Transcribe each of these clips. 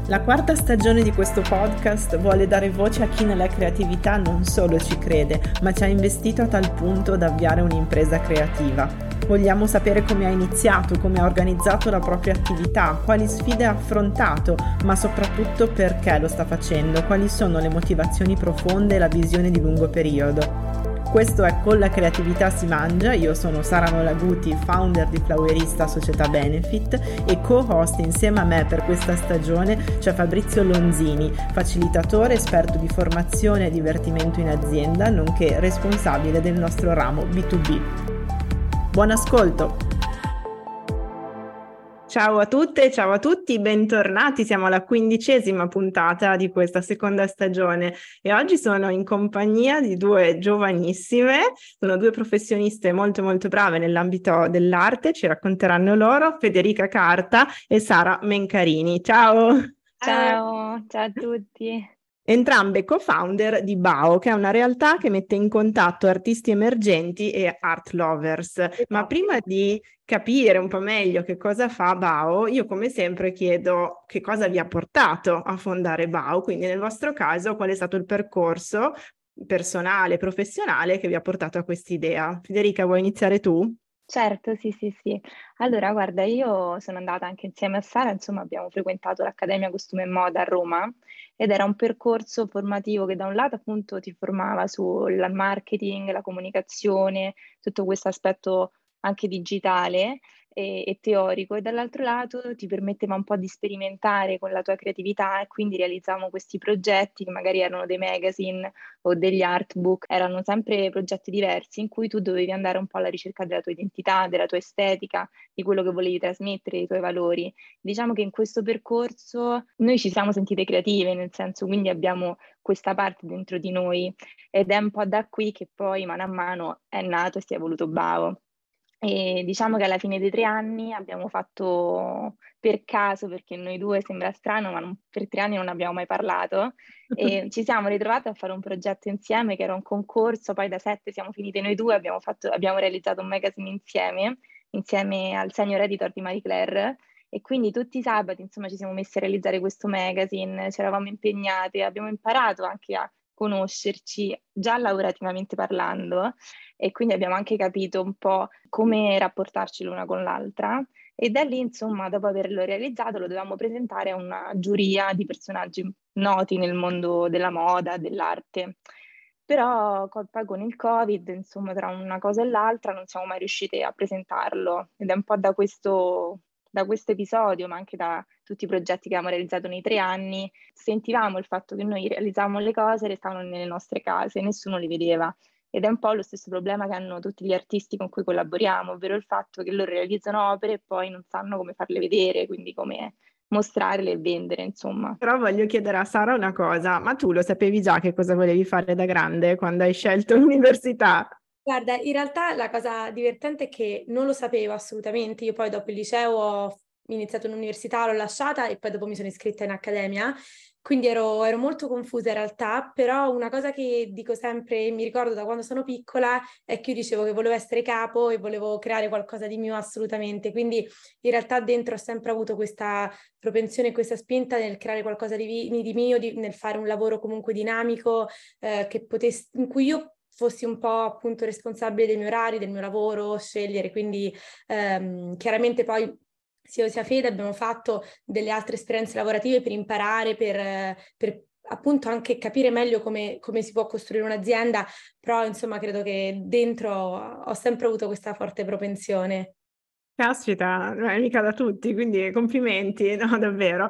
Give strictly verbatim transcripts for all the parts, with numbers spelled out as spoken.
La quarta stagione di questo podcast vuole dare voce a chi nella creatività non solo ci crede, ma ci ha investito a tal punto da avviare un'impresa creativa. Vogliamo sapere come ha iniziato, come ha organizzato la propria attività, quali sfide ha affrontato, ma soprattutto perché lo sta facendo, quali sono le motivazioni profonde e la visione di lungo periodo. Questo è Con la creatività si mangia, io sono Sara Nolaguti, founder di Flowerista Società Benefit e co-host insieme a me per questa stagione c'è Fabrizio Lonzini, facilitatore, esperto di formazione e divertimento in azienda, nonché responsabile del nostro ramo B due B. Buon ascolto! Ciao a tutte, ciao a tutti, bentornati, siamo alla quindicesima puntata di questa seconda stagione e oggi sono in compagnia di due giovanissime, sono due professioniste molto molto brave nell'ambito dell'arte, ci racconteranno loro, Federica Carta e Sara Mencarini. Ciao! Ciao, ciao a tutti! Entrambe co-founder di Bao, che è una realtà che mette in contatto artisti emergenti e art lovers. Esatto. Ma prima di capire un po' meglio che cosa fa Bao, io come sempre chiedo che cosa vi ha portato a fondare Bao, quindi nel vostro caso qual è stato il percorso personale, professionale che vi ha portato a quest'idea. Federica, vuoi iniziare tu? Certo, sì, sì, sì. Allora, guarda, io sono andata anche insieme a Sara, insomma, abbiamo frequentato l'Accademia Costume e Moda a Roma ed era un percorso formativo che da un lato appunto ti formava sul marketing, la comunicazione, tutto questo aspetto anche digitale e, e teorico, e dall'altro lato ti permetteva un po' di sperimentare con la tua creatività e quindi realizzavamo questi progetti che magari erano dei magazine o degli artbook, erano sempre progetti diversi in cui tu dovevi andare un po' alla ricerca della tua identità, della tua estetica, di quello che volevi trasmettere, dei tuoi valori. Diciamo che in questo percorso noi ci siamo sentite creative, nel senso, quindi abbiamo questa parte dentro di noi ed è un po' da qui che poi mano a mano è nato e si è evoluto Bao. E diciamo che alla fine dei tre anni abbiamo fatto per caso, perché noi due sembra strano, ma non, per tre anni non abbiamo mai parlato, e ci siamo ritrovate a fare un progetto insieme che era un concorso, poi da sette siamo finite noi due, abbiamo, fatto, abbiamo realizzato un magazine insieme, insieme al senior editor di Marie Claire, e quindi tutti i sabati insomma ci siamo messi a realizzare questo magazine, ci eravamo impegnati, abbiamo imparato anche a conoscerci già lavorativamente parlando e quindi abbiamo anche capito un po' come rapportarci l'una con l'altra e da lì insomma dopo averlo realizzato lo dovevamo presentare a una giuria di personaggi noti nel mondo della moda, dell'arte. Però poi con il Covid, insomma, tra una cosa e l'altra non siamo mai riusciti a presentarlo ed è un po' da questo, da questo episodio, ma anche da tutti i progetti che abbiamo realizzato nei tre anni, sentivamo il fatto che noi realizzavamo le cose, restavano nelle nostre case, nessuno le vedeva. Ed è un po' lo stesso problema che hanno tutti gli artisti con cui collaboriamo, ovvero il fatto che loro realizzano opere e poi non sanno come farle vedere, quindi come mostrarle e vendere, insomma. Però voglio chiedere a Sara una cosa, ma tu lo sapevi già che cosa volevi fare da grande quando hai scelto l'università? Guarda, in realtà la cosa divertente è che non lo sapevo assolutamente. Io poi dopo il liceo ho iniziato l'università, l'ho lasciata e poi dopo mi sono iscritta in accademia, quindi ero, ero molto confusa in realtà, però una cosa che dico sempre, mi ricordo da quando sono piccola, è che io dicevo che volevo essere capo e volevo creare qualcosa di mio assolutamente, quindi in realtà dentro ho sempre avuto questa propensione, questa spinta nel creare qualcosa di, di mio, di, nel fare un lavoro comunque dinamico, eh, che potessi, in cui io fossi un po' appunto responsabile dei miei orari, del mio lavoro, scegliere, quindi ehm, chiaramente poi sia io sia Fede abbiamo fatto delle altre esperienze lavorative per imparare, per, per appunto anche capire meglio come, come si può costruire un'azienda, però insomma credo che dentro ho sempre avuto questa forte propensione. Caspita, non è mica da tutti, quindi complimenti, no, davvero.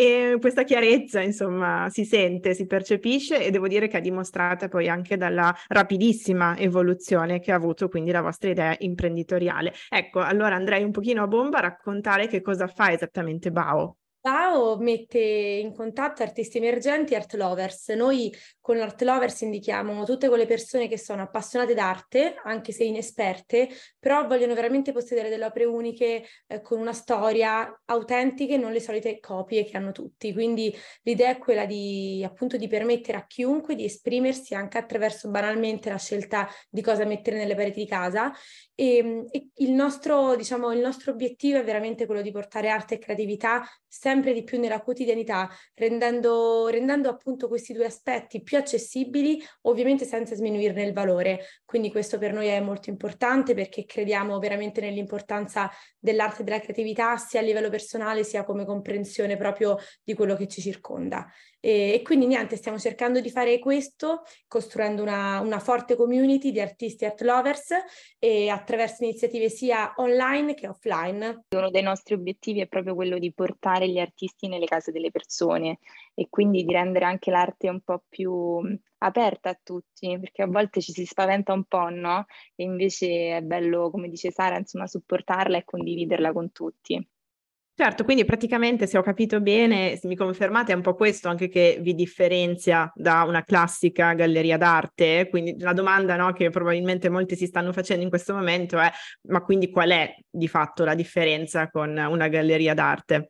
E questa chiarezza, insomma, si sente, si percepisce e devo dire che è dimostrata poi anche dalla rapidissima evoluzione che ha avuto quindi la vostra idea imprenditoriale. Ecco, allora andrei un pochino a bomba a raccontare che cosa fa esattamente Bao. Bao mette in contatto artisti emergenti e art lovers. Noi con l'art lovers indichiamo tutte quelle persone che sono appassionate d'arte, anche se inesperte, però vogliono veramente possedere delle opere uniche, eh, con una storia autentiche, non le solite copie che hanno tutti. Quindi l'idea è quella di appunto di permettere a chiunque di esprimersi anche attraverso banalmente la scelta di cosa mettere nelle pareti di casa. e, e il nostro, diciamo, il nostro obiettivo è veramente quello di portare arte e creatività sempre di più nella quotidianità, rendendo, rendendo appunto questi due aspetti più accessibili, ovviamente senza sminuirne il valore. Quindi questo per noi è molto importante, perché crediamo veramente nell'importanza dell'arte e della creatività sia a livello personale sia come comprensione proprio di quello che ci circonda. E, e quindi niente, stiamo cercando di fare questo, costruendo una, una forte community di artisti art lovers e attraverso iniziative sia online che offline. Uno dei nostri obiettivi è proprio quello di portare gli artisti nelle case delle persone e quindi di rendere anche l'arte un po' più aperta a tutti, perché a volte ci si spaventa un po', no? E invece è bello, come dice Sara, insomma, supportarla e condividerla con tutti. Certo, quindi praticamente, se ho capito bene, se mi confermate, è un po' questo anche che vi differenzia da una classica galleria d'arte. Quindi la domanda, no, che probabilmente molti si stanno facendo in questo momento è: ma quindi qual è di fatto la differenza con una galleria d'arte?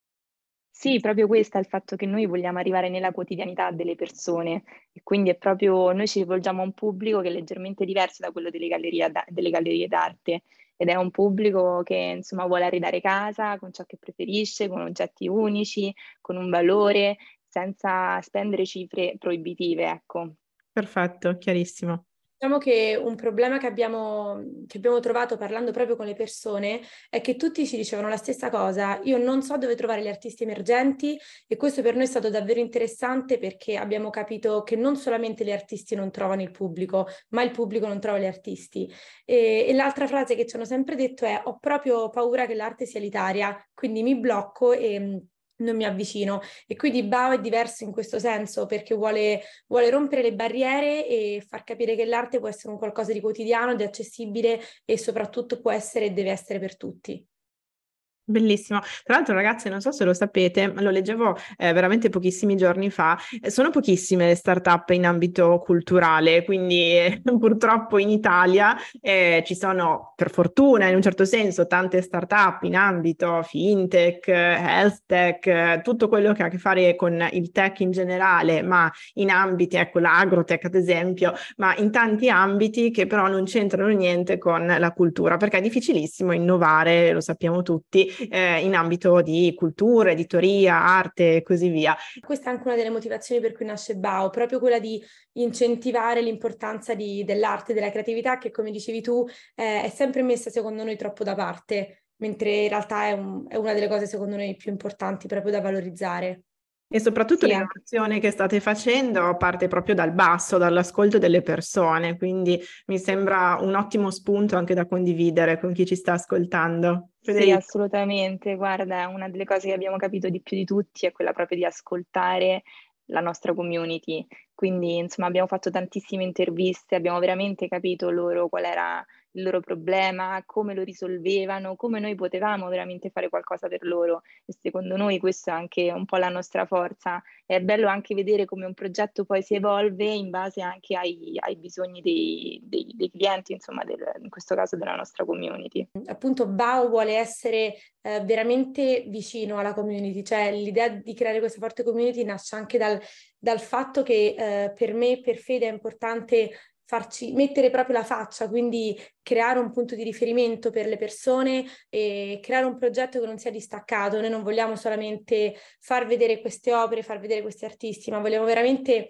Sì, proprio questo è il fatto che noi vogliamo arrivare nella quotidianità delle persone e quindi è proprio, noi ci rivolgiamo a un pubblico che è leggermente diverso da quello delle gallerie, da- delle gallerie d'arte ed è un pubblico che insomma vuole arredare casa con ciò che preferisce, con oggetti unici, con un valore, senza spendere cifre proibitive, ecco. Perfetto, chiarissimo. Diciamo che un problema che abbiamo, che abbiamo trovato parlando proprio con le persone è che tutti ci dicevano la stessa cosa: io non so dove trovare gli artisti emergenti, e questo per noi è stato davvero interessante, perché abbiamo capito che non solamente gli artisti non trovano il pubblico, ma il pubblico non trova gli artisti. E, e l'altra frase che ci hanno sempre detto è: ho proprio paura che l'arte sia elitaria, quindi mi blocco e non mi avvicino. E quindi Bao è diverso in questo senso, perché vuole vuole rompere le barriere e far capire che l'arte può essere un qualcosa di quotidiano, di accessibile e soprattutto può essere e deve essere per tutti. Bellissimo. Tra l'altro, ragazzi, non so se lo sapete, ma lo leggevo eh, veramente pochissimi giorni fa. eh, sono pochissime le start-up in ambito culturale, quindi eh, purtroppo in Italia eh, ci sono, per fortuna, in un certo senso, tante start-up in ambito fintech, eh, health tech, eh, tutto quello che ha a che fare con il tech in generale, ma in ambiti, ecco, l'agrotech ad esempio, ma in tanti ambiti che però non c'entrano niente con la cultura, perché è difficilissimo innovare, lo sappiamo tutti, eh, in ambito di cultura, editoria, arte e così via. Questa è anche una delle motivazioni per cui nasce Bao, proprio quella di incentivare l'importanza di, dell'arte e della creatività, che come dicevi tu eh, è sempre messa secondo noi troppo da parte, mentre in realtà è, un, è una delle cose secondo noi più importanti proprio da valorizzare. E soprattutto Sì, anche l'innovazione che state facendo parte proprio dal basso, dall'ascolto delle persone, quindi mi sembra un ottimo spunto anche da condividere con chi ci sta ascoltando. Sì, Federico. assolutamente. Guarda, una delle cose che abbiamo capito di più di tutti è quella proprio di ascoltare la nostra community. Quindi, insomma, abbiamo fatto tantissime interviste, abbiamo veramente capito loro qual era il loro problema, come lo risolvevano, come noi potevamo veramente fare qualcosa per loro. E secondo noi questo è anche un po' la nostra forza. È bello anche vedere come un progetto poi si evolve in base anche ai, ai bisogni dei, dei- dei clienti, insomma, del- in questo caso della nostra community. Appunto Bao vuole essere eh, veramente vicino alla community, cioè l'idea di creare questa forte community nasce anche dal, dal fatto che eh, per me e per Fede è importante farci mettere proprio la faccia, quindi creare un punto di riferimento per le persone e creare un progetto che non sia distaccato. Noi non vogliamo solamente far vedere queste opere, far vedere questi artisti, ma vogliamo veramente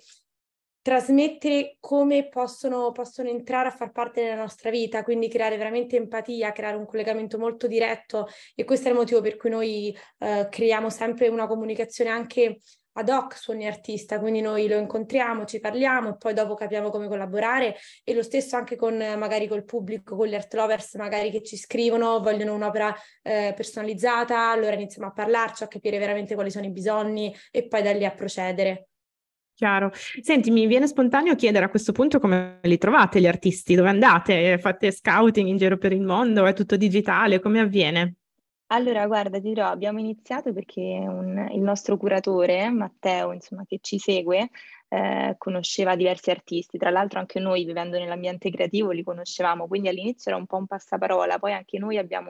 trasmettere come possono, possono entrare a far parte della nostra vita, quindi creare veramente empatia, creare un collegamento molto diretto, e questo è il motivo per cui noi eh, creiamo sempre una comunicazione anche ad hoc su ogni artista, quindi noi lo incontriamo, ci parliamo e poi dopo capiamo come collaborare, e lo stesso anche con magari col pubblico, con gli art lovers magari che ci scrivono, vogliono un'opera eh, personalizzata, allora iniziamo a parlarci, a capire veramente quali sono i bisogni e poi da lì a procedere. Chiaro. Senti, mi viene spontaneo chiedere a questo punto come li trovate gli artisti, dove andate? Fate scouting in giro per il mondo? È tutto digitale? Come avviene? Allora, guarda, ti dirò, abbiamo iniziato perché un- il nostro curatore, Matteo, insomma, che ci segue, eh, conosceva diversi artisti. Tra l'altro anche noi, vivendo nell'ambiente creativo, li conoscevamo, quindi all'inizio era un po' un passaparola, poi anche noi abbiamo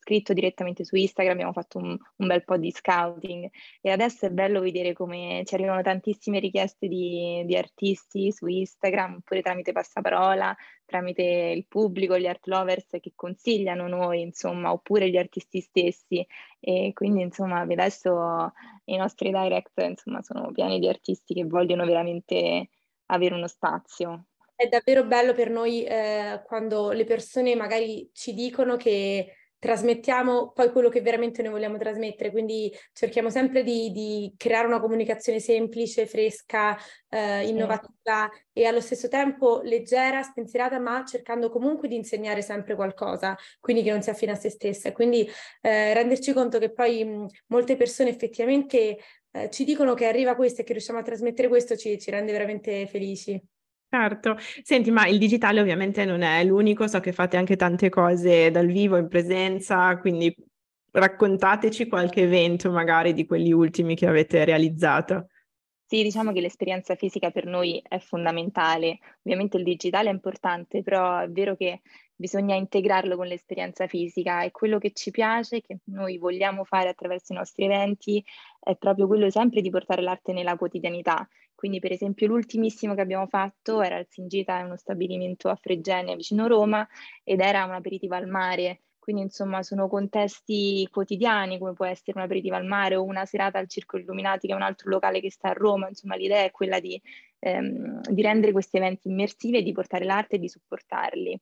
scritto direttamente su Instagram, abbiamo fatto un, un bel po' di scouting e adesso è bello vedere come ci arrivano tantissime richieste di, di artisti su Instagram, oppure tramite passaparola, tramite il pubblico, gli art lovers che consigliano noi, insomma, oppure gli artisti stessi. E quindi, insomma, adesso i nostri direct, insomma, sono pieni di artisti che vogliono veramente avere uno spazio. È davvero bello per noi eh, quando le persone magari ci dicono che trasmettiamo poi quello che veramente noi vogliamo trasmettere, quindi cerchiamo sempre di, di creare una comunicazione semplice, fresca, eh, innovativa e allo stesso tempo leggera, spensierata, ma cercando comunque di insegnare sempre qualcosa, quindi che non sia fine a se stessa. Quindi eh, renderci conto che poi mh, molte persone effettivamente eh, ci dicono che arriva questo e che riusciamo a trasmettere questo ci, ci rende veramente felici. Certo. Senti, ma il digitale ovviamente non è l'unico, so che fate anche tante cose dal vivo, in presenza, quindi raccontateci qualche evento magari di quelli ultimi che avete realizzato. Sì, diciamo che l'esperienza fisica per noi è fondamentale. Ovviamente il digitale è importante, però è vero che bisogna integrarlo con l'esperienza fisica e quello che ci piace, che noi vogliamo fare attraverso i nostri eventi, è proprio quello sempre di portare l'arte nella quotidianità. Quindi, per esempio, l'ultimissimo che abbiamo fatto era il Singita, è uno stabilimento a Fregene, vicino Roma, ed era un aperitivo al mare. Quindi, insomma, sono contesti quotidiani, come può essere un aperitivo al mare o una serata al Circo Illuminati, che è un altro locale che sta a Roma. Insomma, l'idea è quella di, ehm, di rendere questi eventi immersivi e di portare l'arte e di supportarli.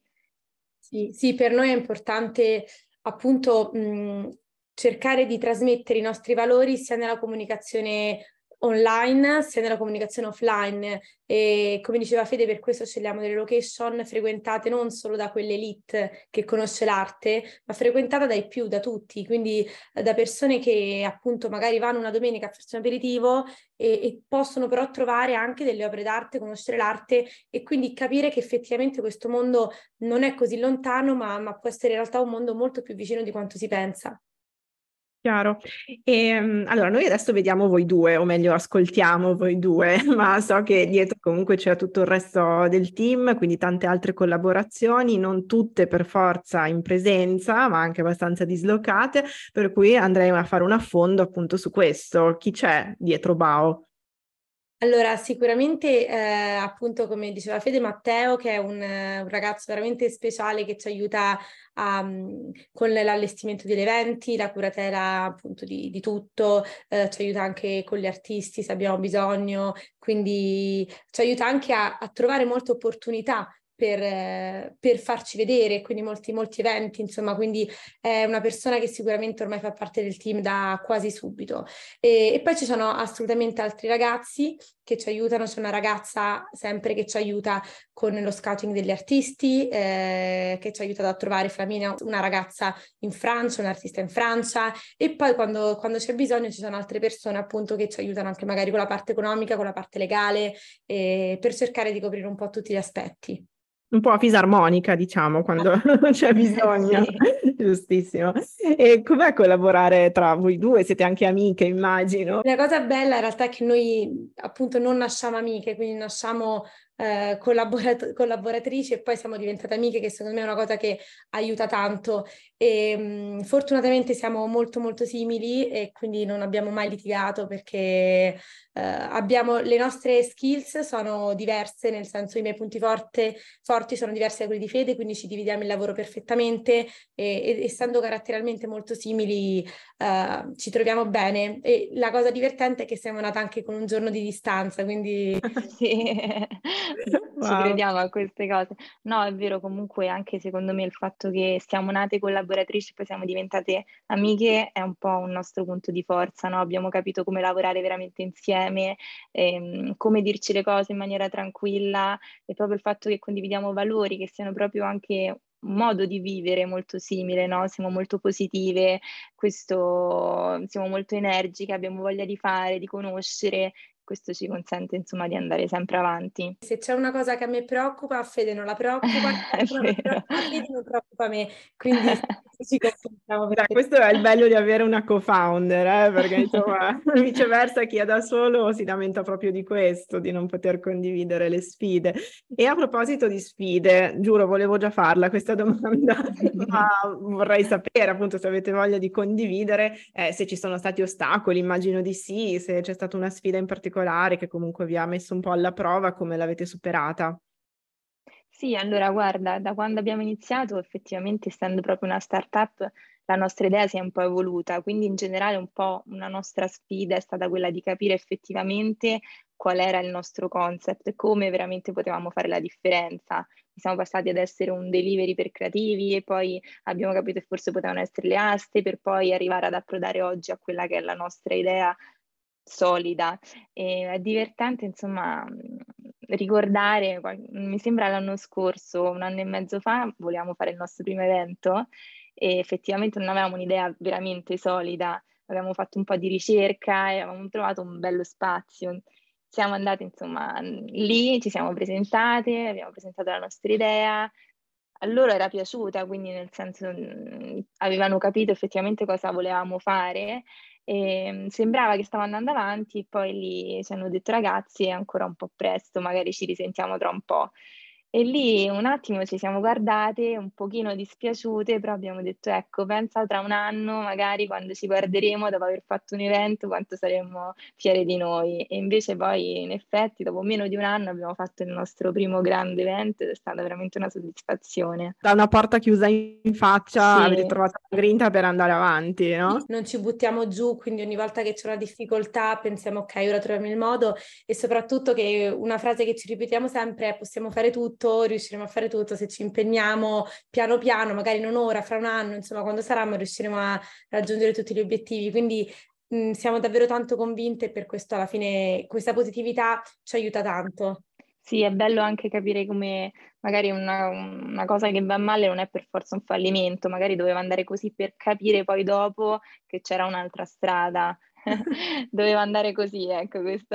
Sì, sì, per noi è importante appunto mh, cercare di trasmettere i nostri valori sia nella comunicazione online sia nella comunicazione offline e come diceva Fede per questo scegliamo delle location frequentate non solo da quell'elite che conosce l'arte ma frequentata dai più, da tutti, quindi eh, da persone che appunto magari vanno una domenica a farsi un aperitivo e, e possono però trovare anche delle opere d'arte, conoscere l'arte e quindi capire che effettivamente questo mondo non è così lontano ma, ma può essere in realtà un mondo molto più vicino di quanto si pensa. Chiaro. E, um, allora, noi adesso vediamo voi due, o meglio, ascoltiamo voi due, ma so che dietro comunque c'è tutto il resto del team, quindi tante altre collaborazioni, non tutte per forza in presenza, ma anche abbastanza dislocate, per cui andrei a fare un affondo appunto su questo. Chi c'è dietro Bao? Allora, sicuramente, eh, appunto, come diceva Fede, Matteo, che è un, un ragazzo veramente speciale che ci aiuta a, mm, con l'allestimento degli eventi, la curatela appunto di, di tutto, eh, ci aiuta anche con gli artisti se abbiamo bisogno, quindi ci aiuta anche a, a trovare molte opportunità. Per, eh, per farci vedere, quindi molti, molti eventi, insomma, quindi è una persona che sicuramente ormai fa parte del team da quasi subito. E, e poi ci sono assolutamente altri ragazzi che ci aiutano, c'è una ragazza sempre che ci aiuta con lo scouting degli artisti, eh, che ci ha aiutato a trovare Flamina, una ragazza in Francia, un artista in Francia, e poi quando, quando c'è bisogno ci sono altre persone appunto che ci aiutano anche magari con la parte economica, con la parte legale, eh, per cercare di coprire un po' tutti gli aspetti. Un po' a fisarmonica, diciamo, quando c'è bisogno. Sì. Giustissimo. E com'è collaborare tra voi due? Siete anche amiche, immagino. La cosa bella in realtà è che noi appunto non nasciamo amiche, quindi nasciamo eh, collaborat- collaboratrici e poi siamo diventate amiche, che secondo me è una cosa che aiuta tanto. E mh, fortunatamente siamo molto molto simili e quindi non abbiamo mai litigato perché eh, abbiamo le nostre skills sono diverse, nel senso i miei punti forte, forti sono diversi da quelli di Fede, quindi ci dividiamo il lavoro perfettamente e, ed essendo caratterialmente molto simili Uh, ci troviamo bene e la cosa divertente è che siamo nate anche con un giorno di distanza, quindi Sì, ci Wow. crediamo a queste cose. No, è vero, comunque anche secondo me il fatto che siamo nate collaboratrici e poi siamo diventate amiche è un po' un nostro punto di forza, no? Abbiamo capito come lavorare veramente insieme, ehm, come dirci le cose in maniera tranquilla e proprio il fatto che condividiamo valori che siano proprio anche un modo di vivere molto simile, no? Siamo molto positive, questo, siamo molto energiche, abbiamo voglia di fare, di conoscere questo ci consente insomma di andare sempre avanti. Se c'è una cosa che a me preoccupa, Fede non la preoccupa, È se non vero. preoccupa Fede non preoccupa me, quindi ci compensiamo Dai, perché... questo è il bello di avere una co-founder, eh, perché insomma, viceversa, chi è da solo si lamenta proprio di questo, di non poter condividere le sfide. E a proposito di sfide, giuro, volevo già farla questa domanda, ma vorrei sapere appunto se avete voglia di condividere, eh, se ci sono stati ostacoli, immagino di sì, se c'è stata una sfida in particolare che comunque vi ha messo un po' alla prova, come l'avete superata? Sì, allora guarda, da quando abbiamo iniziato, effettivamente essendo proprio una startup, la nostra idea si è un po' evoluta, quindi in generale un po' una nostra sfida è stata quella di capire effettivamente qual era il nostro concept e come veramente potevamo fare la differenza. Siamo passati ad essere un delivery per creativi e poi abbiamo capito che forse potevano essere le aste per poi arrivare ad approdare oggi a quella che è la nostra idea solida. E è divertente, insomma, mh, ricordare, qual- mi sembra l'anno scorso, un anno e mezzo fa, volevamo fare il nostro primo evento e effettivamente non avevamo un'idea veramente solida, avevamo fatto un po' di ricerca e avevamo trovato un bello spazio. Siamo andate, insomma, mh, lì, ci siamo presentate, abbiamo presentato la nostra idea. A loro era piaciuta, quindi nel senso mh, avevano capito effettivamente cosa volevamo fare e mh, sembrava che stava andando avanti, poi lì ci hanno detto ragazzi è ancora un po' presto, magari ci risentiamo tra un po'. E lì un attimo ci siamo guardate, un pochino dispiaciute, però abbiamo detto ecco, pensa tra un anno, magari quando ci guarderemo dopo aver fatto un evento, quanto saremmo fiere di noi. E invece poi in effetti dopo meno di un anno abbiamo fatto il nostro primo grande evento ed è stata veramente una soddisfazione. Da una porta chiusa in faccia avete Sì, trovato la grinta per andare avanti, no? Non ci buttiamo giù, quindi ogni volta che c'è una difficoltà pensiamo ok, ora troviamo il modo e soprattutto che una frase che ci ripetiamo sempre è possiamo fare tutto, riusciremo a fare tutto se ci impegniamo piano piano, magari non ora, fra un anno, insomma quando saranno riusciremo a raggiungere tutti gli obiettivi, quindi mh, siamo davvero tanto convinte e per questo alla fine questa positività ci aiuta tanto. sì, è bello anche capire come magari una, una cosa che va male non è per forza un fallimento, magari doveva andare così per capire poi dopo che c'era un'altra strada. Doveva andare così, ecco, questo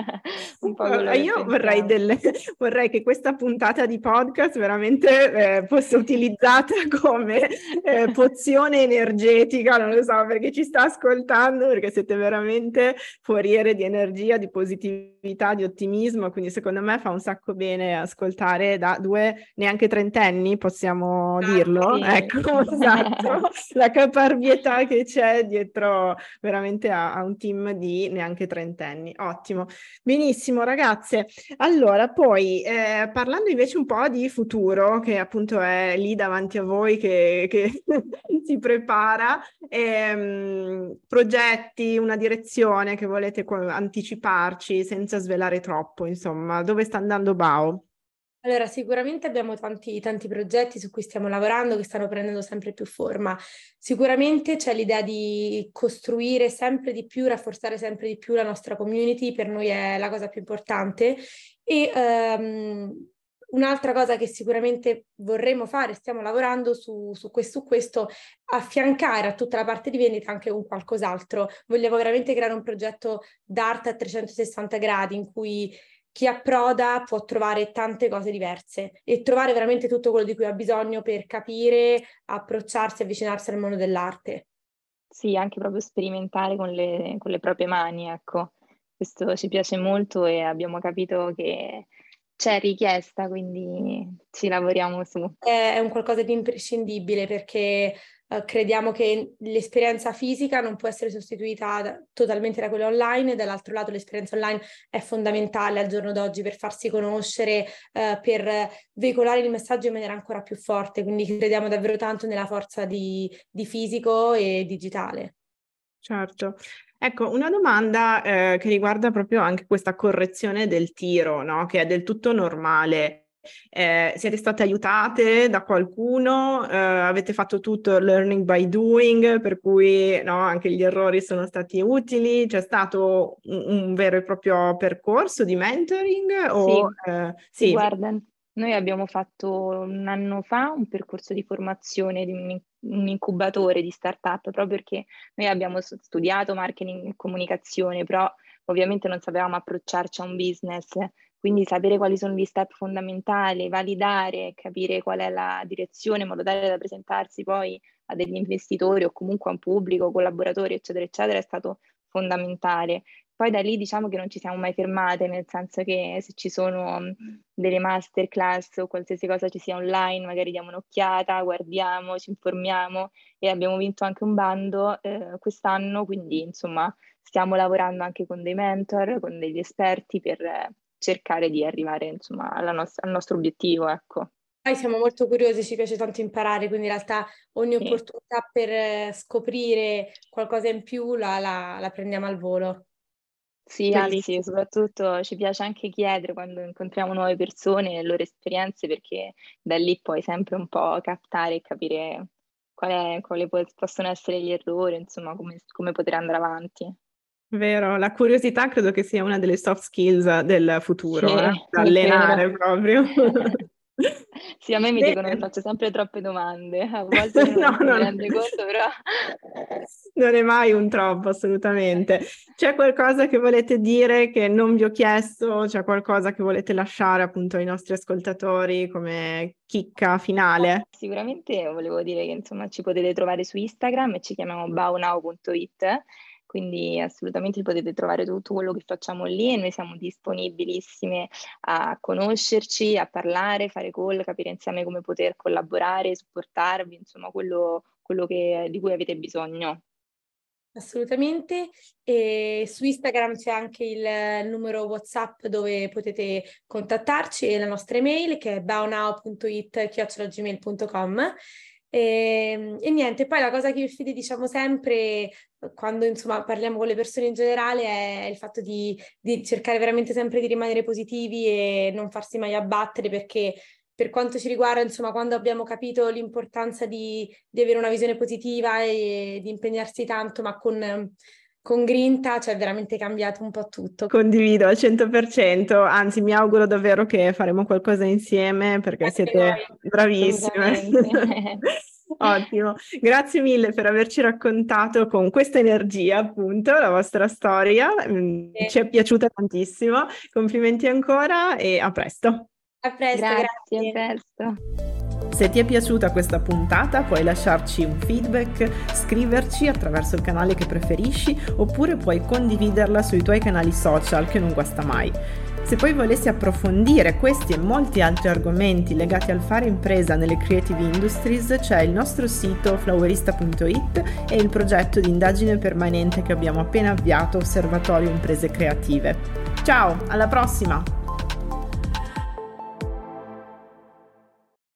un po' quello Allora, che io vorrei, pensiamo. delle, vorrei che questa puntata di podcast veramente eh, fosse utilizzata come eh, pozione energetica, non lo so, perché ci sta ascoltando, perché siete veramente foriere di energia, di positività, di ottimismo, quindi secondo me fa un sacco bene ascoltare da due neanche trentenni, possiamo dirlo? Sì. Ecco, esatto, la caparbietà che c'è dietro veramente a, a un team di neanche trentenni. Ottimo. Benissimo, ragazze. Allora, poi eh, parlando invece un po' di futuro, che appunto è lì davanti a voi, che, che si prepara, ehm, progetti, una direzione che volete co- anticiparci senza svelare troppo, insomma, dove sta andando Bao? Allora, sicuramente abbiamo tanti, tanti progetti su cui stiamo lavorando che stanno prendendo sempre più forma. Sicuramente c'è l'idea di costruire sempre di più, rafforzare sempre di più la nostra community, per noi è la cosa più importante. E ehm, un'altra cosa che sicuramente vorremmo fare, stiamo lavorando su, su questo, su questo, affiancare a tutta la parte di vendita anche un qualcos'altro. Vogliamo veramente creare un progetto d'arte a trecentosessanta gradi in cui chi approda può trovare tante cose diverse e trovare veramente tutto quello di cui ha bisogno per capire, approcciarsi, avvicinarsi al mondo dell'arte. Sì, anche proprio sperimentare con le, con le proprie mani, ecco. Questo ci piace molto e abbiamo capito che c'è richiesta, quindi ci lavoriamo su. È un qualcosa di imprescindibile perché eh, crediamo che l'esperienza fisica non può essere sostituita da- totalmente da quella online e dall'altro lato l'esperienza online è fondamentale al giorno d'oggi per farsi conoscere, eh, per veicolare il messaggio in maniera ancora più forte, quindi crediamo davvero tanto nella forza di, di fisico e digitale. Certo. Ecco, una domanda eh, che riguarda proprio anche questa correzione del tiro, no? Che è del tutto normale. Eh, siete state aiutate da qualcuno? Eh, avete fatto tutto learning by doing, per cui no, anche gli errori sono stati utili? C'è stato un, un vero e proprio percorso di mentoring? O, Sì, eh, sì, sì, guarda, Noi abbiamo fatto un anno fa un percorso di formazione di un, un incubatore di startup, proprio perché noi abbiamo studiato marketing e comunicazione, però ovviamente non sapevamo approcciarci a un business, quindi sapere quali sono gli step fondamentali, validare, capire qual è la direzione in modo tale da presentarsi poi a degli investitori o comunque a un pubblico, collaboratori, eccetera, eccetera, è stato fondamentale. Poi da lì diciamo che non ci siamo mai fermate, nel senso che se ci sono delle masterclass o qualsiasi cosa ci sia online, magari diamo un'occhiata, guardiamo, ci informiamo e abbiamo vinto anche un bando eh, quest'anno, quindi insomma stiamo lavorando anche con dei mentor, con degli esperti per eh, cercare di arrivare insomma alla nost- al nostro obiettivo, ecco. Noi siamo molto curiosi, ci piace tanto imparare, quindi in realtà ogni Sì. opportunità per eh, scoprire qualcosa in più la, la, la prendiamo al volo. Sì, Bellissimo. anzi, soprattutto ci piace anche chiedere quando incontriamo nuove persone le loro esperienze, perché da lì puoi sempre un po' captare e capire qual è, quali po- possono essere gli errori, insomma, come, come poter andare avanti. Vero, la curiosità credo che sia una delle soft skills del Sì, futuro, eh? Da è allenare vero. proprio. Sì, a me mi dicono che Bene. faccio sempre troppe domande, a volte uno No, non se no, ne no. rende conto, però... Non è mai un troppo, assolutamente. C'è qualcosa che volete dire che non vi ho chiesto? C'è qualcosa che volete lasciare appunto ai nostri ascoltatori come chicca finale? Sicuramente volevo dire che insomma ci potete trovare su Instagram e ci chiamiamo baunow punto it, quindi assolutamente potete trovare tutto quello che facciamo lì e noi siamo disponibilissime a conoscerci, a parlare, fare call, capire insieme come poter collaborare, supportarvi, insomma quello, quello che- di cui avete bisogno. Assolutamente. E su Instagram c'è anche il numero WhatsApp dove potete contattarci e la nostra email che è baunow punto it chiocciola gmail punto com. E, e niente, poi la cosa che io e Fede diciamo sempre quando insomma parliamo con le persone in generale è il fatto di, di cercare veramente sempre di rimanere positivi e non farsi mai abbattere, perché per quanto ci riguarda, insomma, quando abbiamo capito l'importanza di, di avere una visione positiva e di impegnarsi tanto, ma con, con grinta, cioè veramente cambiato un po' tutto. Condivido al cento per cento, anzi mi auguro davvero che faremo qualcosa insieme perché Anche siete noi. bravissime. Assolutamente. Ottimo, grazie mille per averci raccontato con questa energia appunto la vostra storia, mm, ci è piaciuta tantissimo, complimenti ancora e a presto. A presto, Grazie, a grazie. presto. Se ti è piaciuta questa puntata puoi lasciarci un feedback, scriverci attraverso il canale che preferisci oppure puoi condividerla sui tuoi canali social che non guasta mai. Se poi volessi approfondire questi e molti altri argomenti legati al fare impresa nelle creative industries c'è il nostro sito flowerista punto it e il progetto di indagine permanente che abbiamo appena avviato, Osservatorio Imprese Creative. Ciao, alla prossima!